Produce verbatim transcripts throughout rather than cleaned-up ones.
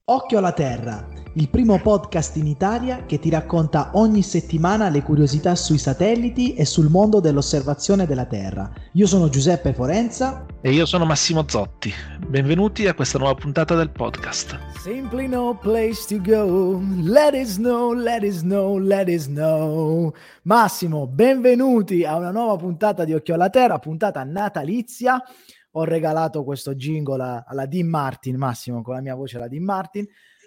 Occhio alla Terra, il primo podcast in Italia che ti racconta ogni settimana le curiosità sui satelliti e sul mondo dell'osservazione della Terra. Io sono Giuseppe Forenza. E io sono Massimo Zotti. Benvenuti a questa nuova puntata del podcast. Simply no place to go. Let us know, let us know, let us know. Massimo, benvenuti a una nuova puntata di Occhio alla Terra, puntata natalizia. Ho regalato questo jingle alla Dean Martin, Massimo, con la mia voce alla Dean Martin,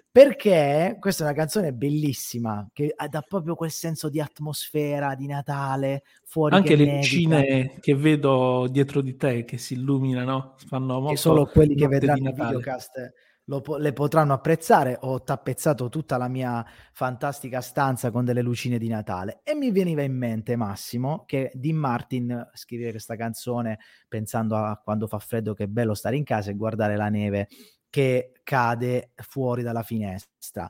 perché questa è una canzone bellissima che dà proprio quel senso di atmosfera di Natale, fuori anche che le nevica. lucine che vedo dietro di te che si illuminano fanno molto, e solo quelli che notte di vedranno il Natale. videocast lo po- le potranno apprezzare. Ho tappezzato tutta la mia fantastica stanza con delle lucine di Natale e mi veniva in mente, Massimo, che Dean Martin scriveva questa canzone pensando a quando fa freddo, che è bello stare in casa e guardare la neve che cade fuori dalla finestra.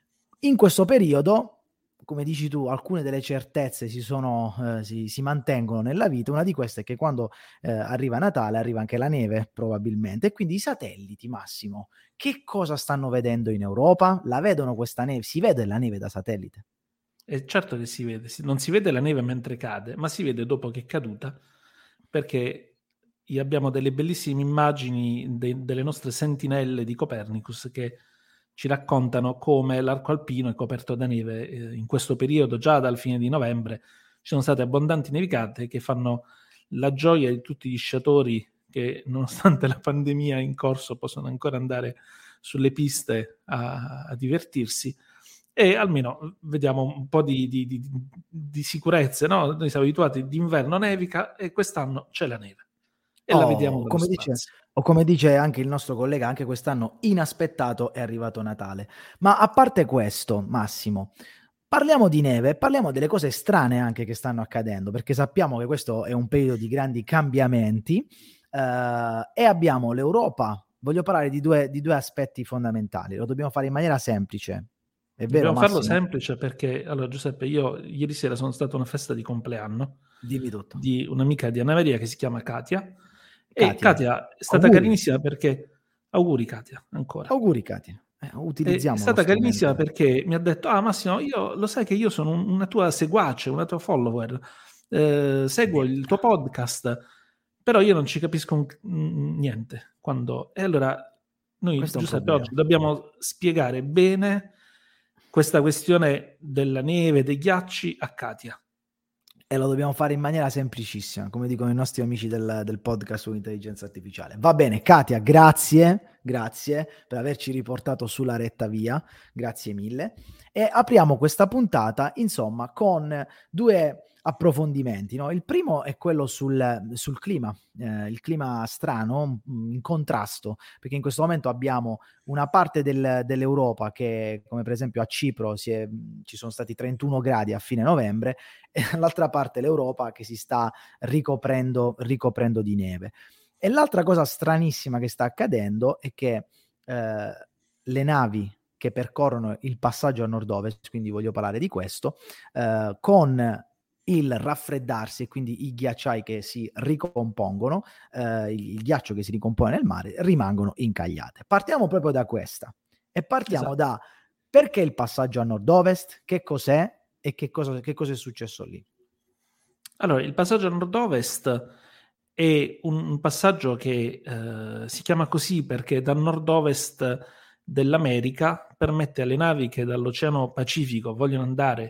In questo periodo, come dici tu, alcune delle certezze si sono eh, si, si mantengono nella vita. Una di queste è che quando eh, arriva Natale arriva anche la neve, probabilmente, e quindi i satelliti, Massimo, che cosa stanno vedendo in Europa? La vedono questa neve? Si vede la neve da satellite? E certo che si vede, non si vede la neve mentre cade, ma si vede dopo che è caduta, perché abbiamo delle bellissime immagini de- delle nostre sentinelle di Copernicus che ci raccontano come l'arco alpino è coperto da neve. Eh, in questo periodo, già dal fine di novembre, ci sono state abbondanti nevicate che fanno la gioia di tutti gli sciatori che, nonostante la pandemia in corso, possono ancora andare sulle piste a, a divertirsi. E almeno vediamo un po' di, di, di, di sicurezze, no? Noi siamo abituati, d'inverno nevica e quest'anno c'è la neve. E oh, la vediamo dallo come dice, spazio. o come dice anche il nostro collega, anche quest'anno inaspettato è arrivato Natale. Ma a parte questo, Massimo, parliamo di neve, parliamo delle cose strane anche che stanno accadendo, perché sappiamo che questo è un periodo di grandi cambiamenti eh, e abbiamo l'Europa. Voglio parlare di due, di due aspetti fondamentali, lo dobbiamo fare in maniera semplice. È vero, Dobbiamo farlo Massimo? semplice perché, allora Giuseppe, io ieri sera sono stato a una festa di compleanno Dimmi tutto. di un'amica di Anna Maria che si chiama Katia. E Katia, Katia è stata auguri. carinissima perché, auguri Katia, ancora. Auguri, Katia. Eh, utilizziamo È stata lo carinissima strumento. perché mi ha detto: ah Massimo, io lo sai che io sono un- una tua seguace, una tua follower, eh, seguo il tuo podcast, però io non ci capisco un- un- niente. Quando... E allora noi, Questo è un Giuseppe, problema. oggi dobbiamo spiegare bene questa questione della neve, dei ghiacci a Katia. E lo dobbiamo fare in maniera semplicissima, come dicono i nostri amici del, del podcast sull'intelligenza artificiale. Va bene, Katia, grazie, grazie per averci riportato sulla retta via, grazie mille. E apriamo questa puntata, insomma, con due approfondimenti, no? Il primo è quello sul, sul clima, eh, il clima strano, in contrasto, perché in questo momento abbiamo una parte del, dell'Europa che, come per esempio a Cipro, si è, ci sono stati trentuno gradi a fine novembre, e dall'altra parte l'Europa che si sta ricoprendo, ricoprendo di neve. E l'altra cosa stranissima che sta accadendo è che eh, le navi che percorrono il passaggio a nord-ovest, quindi voglio parlare di questo, eh, con il raffreddarsi e quindi i ghiacciai che si ricompongono, eh, il, il ghiaccio che si ricompone nel mare, rimangono incagliate. Partiamo proprio da questa e partiamo Esatto. da perché il passaggio a nord-ovest, che cos'è e che cosa, che cosa è successo lì. Allora, il passaggio a nord-ovest è un, un passaggio che eh, si chiama così perché da nord-ovest dell'America permette alle navi che dall'Oceano Pacifico vogliono andare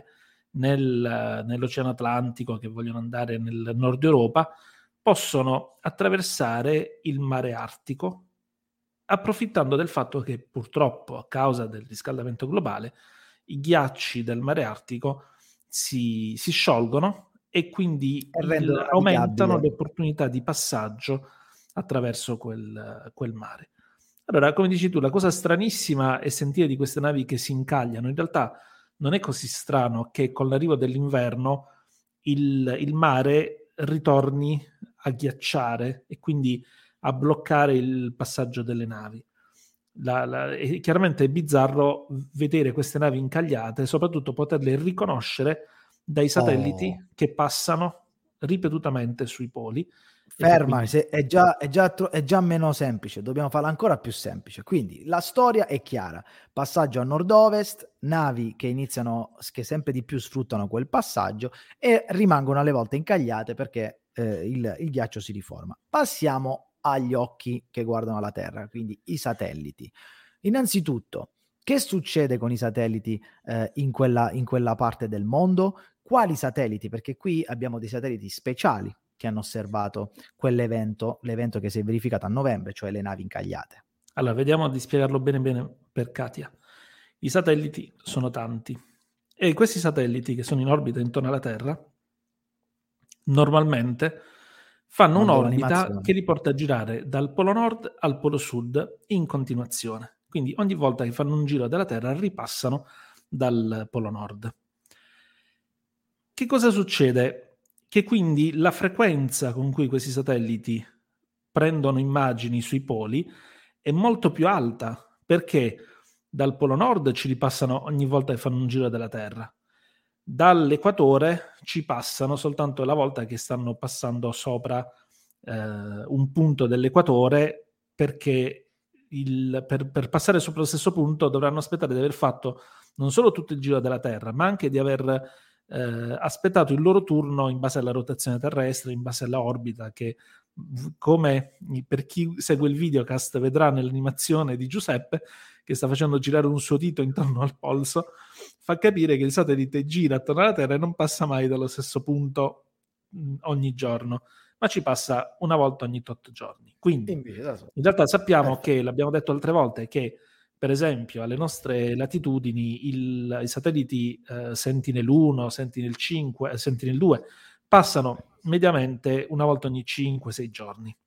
nel, nell'Oceano Atlantico, che vogliono andare nel nord Europa, possono attraversare il mare Artico, approfittando del fatto che purtroppo a causa del riscaldamento globale i ghiacci del mare Artico si, si sciolgono e quindi E il, rendono aumentano navigabile. le opportunità di passaggio attraverso quel, quel mare. Allora, come dici tu, la cosa stranissima è sentire di queste navi che si incagliano. In realtà non è così strano che con l'arrivo dell'inverno il, il mare ritorni a ghiacciare e quindi a bloccare il passaggio delle navi. La, la, e chiaramente è bizzarro vedere queste navi incagliate e soprattutto poterle riconoscere dai satelliti Oh. che passano ripetutamente sui poli Ferma, quindi... se è, già, è, già, è già meno semplice, dobbiamo farla ancora più semplice. Quindi la storia è chiara, passaggio a nord-ovest, navi che iniziano, che sempre di più sfruttano quel passaggio e rimangono alle volte incagliate perché eh, il, il ghiaccio si riforma. Passiamo agli occhi che guardano la Terra, quindi i satelliti. Innanzitutto, che succede con i satelliti eh, in, quella, in quella parte del mondo? Quali satelliti? Perché qui abbiamo dei satelliti speciali che hanno osservato quell'evento, l'evento che si è verificato a novembre, cioè le navi incagliate. Allora, vediamo di spiegarlo bene bene per Katia. I satelliti sono tanti e questi satelliti che sono in orbita intorno alla Terra normalmente fanno un'orbita che li porta a girare dal polo nord al polo sud in continuazione. Quindi ogni volta che fanno un giro della Terra ripassano dal polo nord. Che cosa succede? Che quindi la frequenza con cui questi satelliti prendono immagini sui poli è molto più alta, perché dal polo nord ci ripassano ogni volta che fanno un giro della Terra. Dall'equatore ci passano soltanto la volta che stanno passando sopra eh, un punto dell'equatore, perché il, per, per passare sopra lo stesso punto dovranno aspettare di aver fatto non solo tutto il giro della Terra, ma anche di aver eh, aspettato il loro turno in base alla rotazione terrestre, in base alla orbita, che come per chi segue il videocast vedrà nell'animazione di Giuseppe, che sta facendo girare un suo dito intorno al polso, fa capire che il satellite gira attorno alla Terra e non passa mai dallo stesso punto mh, ogni giorno, ma ci passa una volta ogni otto giorni. Quindi in realtà sappiamo Perfetto. che, l'abbiamo detto altre volte, che per esempio alle nostre latitudini il, i satelliti eh, Sentinel uno, Sentinel cinque, Sentinel due passano mediamente una volta ogni cinque sei giorni,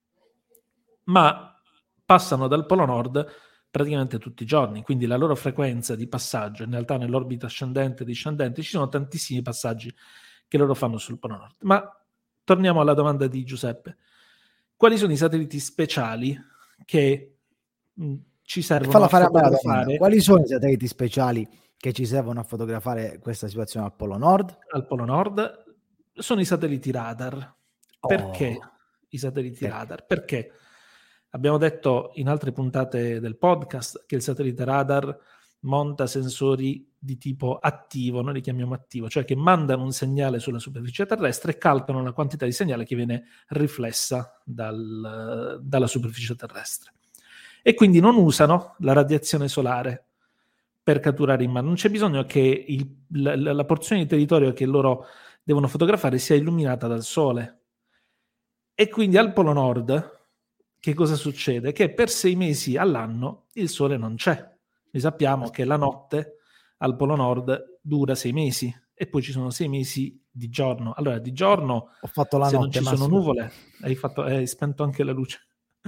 ma passano dal polo nord praticamente tutti i giorni, quindi la loro frequenza di passaggio, in realtà nell'orbita ascendente e discendente ci sono tantissimi passaggi che loro fanno sul polo nord. Ma torniamo alla domanda di Giuseppe. Quali sono i satelliti speciali che mh, ci servono Falla a fare fotografare? A Quali sono i satelliti speciali che ci servono a fotografare questa situazione al polo nord? Al polo nord sono i satelliti radar. Oh. Perché i satelliti Perché? radar? Perché abbiamo detto in altre puntate del podcast che il satellite radar monta sensori di tipo attivo, noi li chiamiamo attivo, cioè che mandano un segnale sulla superficie terrestre e calcolano la quantità di segnale che viene riflessa dal, dalla superficie terrestre. E quindi non usano la radiazione solare per catturare in mano. Non c'è bisogno che il, la, la porzione di territorio che loro devono fotografare sia illuminata dal sole. E quindi al polo nord che cosa succede? Che per sei mesi all'anno il sole non c'è. Noi sappiamo che la notte al polo nord dura sei mesi e poi ci sono sei mesi di giorno. Allora di giorno, Ho fatto la se notte, non ci Massimo. sono nuvole, hai, fatto, hai spento anche la luce.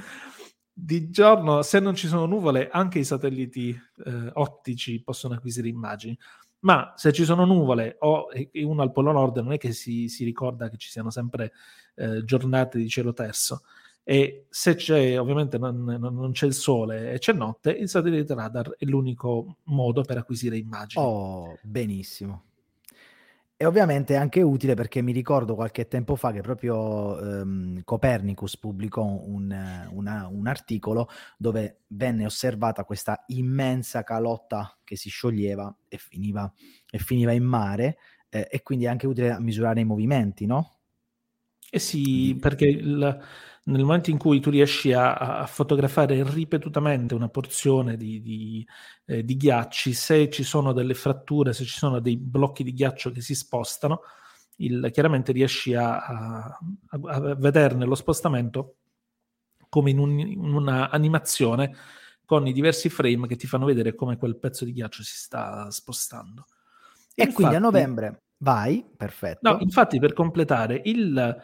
Di giorno, se non ci sono nuvole, anche i satelliti eh, ottici possono acquisire immagini. Ma se ci sono nuvole o e uno al polo nord non è che si, si ricorda che ci siano sempre eh, giornate di cielo terso. E se c'è, ovviamente non, non c'è il sole e c'è notte, il satellite radar è l'unico modo per acquisire immagini. Oh, benissimo. E ovviamente è anche utile perché mi ricordo qualche tempo fa che proprio ehm, Copernicus pubblicò un, una, un articolo dove venne osservata questa immensa calotta che si scioglieva e finiva, e finiva in mare, eh, e quindi è anche utile a misurare i movimenti, no? Eh sì, perché il, nel momento in cui tu riesci a, a fotografare ripetutamente una porzione di, di, eh, di ghiacci, se ci sono delle fratture, se ci sono dei blocchi di ghiaccio che si spostano, il, chiaramente riesci a, a, a vederne lo spostamento come in, un, in una animazione con i diversi frame che ti fanno vedere come quel pezzo di ghiaccio si sta spostando. E infatti, quindi a novembre vai, perfetto. No, infatti per completare, il,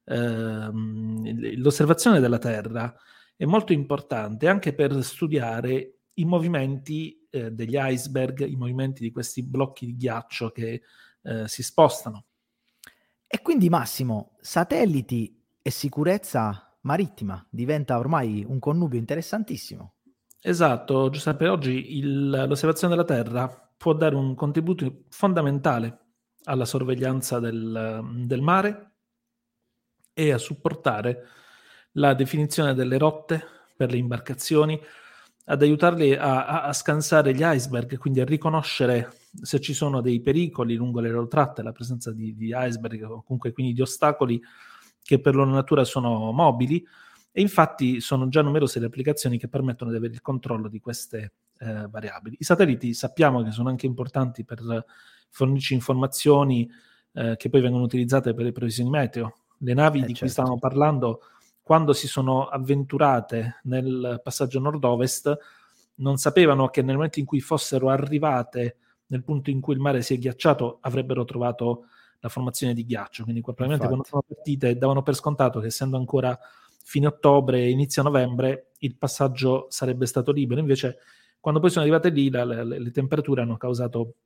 ehm, l'osservazione della Terra è molto importante anche per studiare i movimenti eh, degli iceberg, i movimenti di questi blocchi di ghiaccio che eh, si spostano. E quindi Massimo, satelliti e sicurezza marittima diventa ormai un connubio interessantissimo. Esatto, Giuseppe, oggi il, l'osservazione della Terra può dare un contributo fondamentale alla sorveglianza del, del mare e a supportare la definizione delle rotte per le imbarcazioni, ad aiutarli a, a, a scansare gli iceberg, quindi a riconoscere se ci sono dei pericoli lungo le loro tratte, la presenza di, di iceberg o comunque quindi di ostacoli che per loro natura sono mobili, e infatti sono già numerose le applicazioni che permettono di avere il controllo di queste eh, variabili. I satelliti sappiamo che sono anche importanti per fornirci informazioni eh, che poi vengono utilizzate per le previsioni meteo. Le navi eh, di certo. cui stavamo parlando, quando si sono avventurate nel passaggio nord-ovest, non sapevano che nel momento in cui fossero arrivate nel punto in cui il mare si è ghiacciato avrebbero trovato la formazione di ghiaccio, quindi probabilmente quando sono partite davano per scontato che essendo ancora fine ottobre e inizio novembre il passaggio sarebbe stato libero, invece quando poi sono arrivate lì la, le, le temperature hanno causato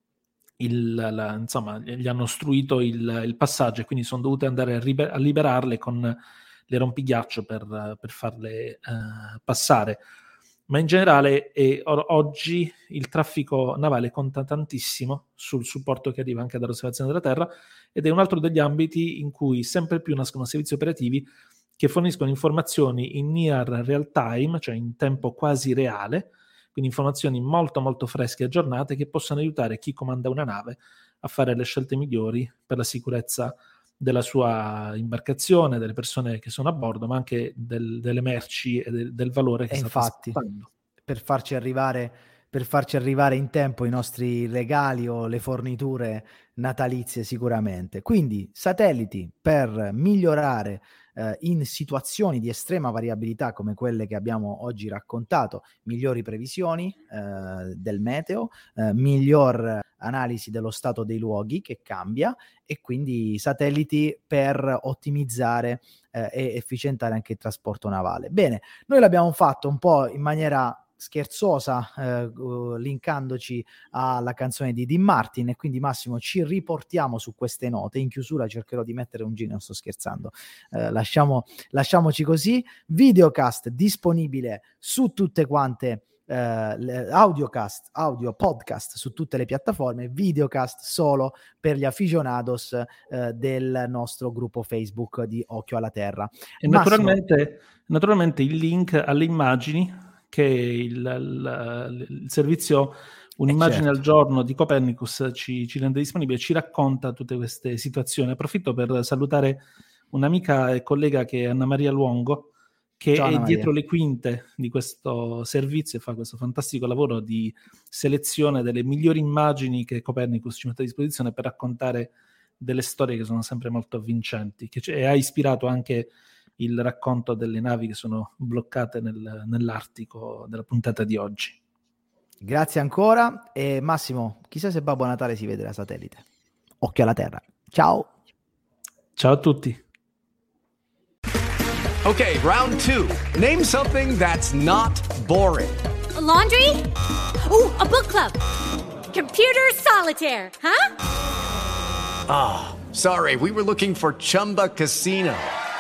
il, la, insomma gli hanno ostruito il, il passaggio e quindi sono dovute andare a, ribe- a liberarle con le rompighiaccio per, per farle uh, passare. Ma in generale eh, o- oggi il traffico navale conta tantissimo sul supporto che arriva anche dall'osservazione della Terra, ed è un altro degli ambiti in cui sempre più nascono servizi operativi che forniscono informazioni in near real time, cioè in tempo quasi reale, quindi informazioni molto molto fresche e aggiornate che possono aiutare chi comanda una nave a fare le scelte migliori per la sicurezza della sua imbarcazione, delle persone che sono a bordo, ma anche del, delle merci e del, del valore che e sta infatti, trasportando. Per farci arrivare per farci arrivare in tempo i nostri regali o le forniture natalizie sicuramente. Quindi satelliti per migliorare eh, in situazioni di estrema variabilità come quelle che abbiamo oggi raccontato, migliori previsioni eh, del meteo, eh, miglior analisi dello stato dei luoghi che cambia, e quindi satelliti per ottimizzare eh, e efficientare anche il trasporto navale. Bene, noi l'abbiamo fatto un po' in maniera scherzosa, eh, uh, linkandoci alla canzone di Dean Martin, e quindi Massimo ci riportiamo su queste note. In chiusura cercherò di mettere un giro, non sto scherzando, eh, lasciamo, lasciamoci così. Videocast disponibile su tutte quante Uh, audiocast, audio podcast su tutte le piattaforme, videocast solo per gli aficionados uh, del nostro gruppo Facebook di Occhio alla Terra. E naturalmente, naturalmente il link alle immagini che il, il, il servizio Un'immagine certo. al giorno di Copernicus ci, ci rende disponibile, ci racconta tutte queste situazioni. Approfitto per salutare un'amica e collega che è Anna Maria Luongo, che Ciao, è dietro le quinte di questo servizio e fa questo fantastico lavoro di selezione delle migliori immagini che Copernicus ci mette a disposizione per raccontare delle storie che sono sempre molto avvincenti, che c- e ha ispirato anche il racconto delle navi che sono bloccate nel, nell'Artico della puntata di oggi. Grazie ancora, e Massimo, chissà se Babbo Natale si vede da satellite. Occhio alla Terra. Ciao. Ciao a tutti. Okay, round two. Name something that's not boring. A laundry? Ooh, a book club. Computer solitaire, huh? Ah, oh, sorry, we were looking for Chumba Casino.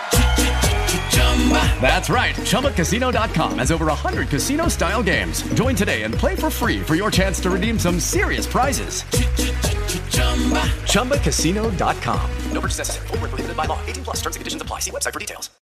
That's right, Chumba Casino dot com has over one hundred casino-style games. Join today and play for free for your chance to redeem some serious prizes. Chumba Casino dot com. No purchase necessary. Void where prohibited by law. eighteen plus terms and conditions apply. See website for details.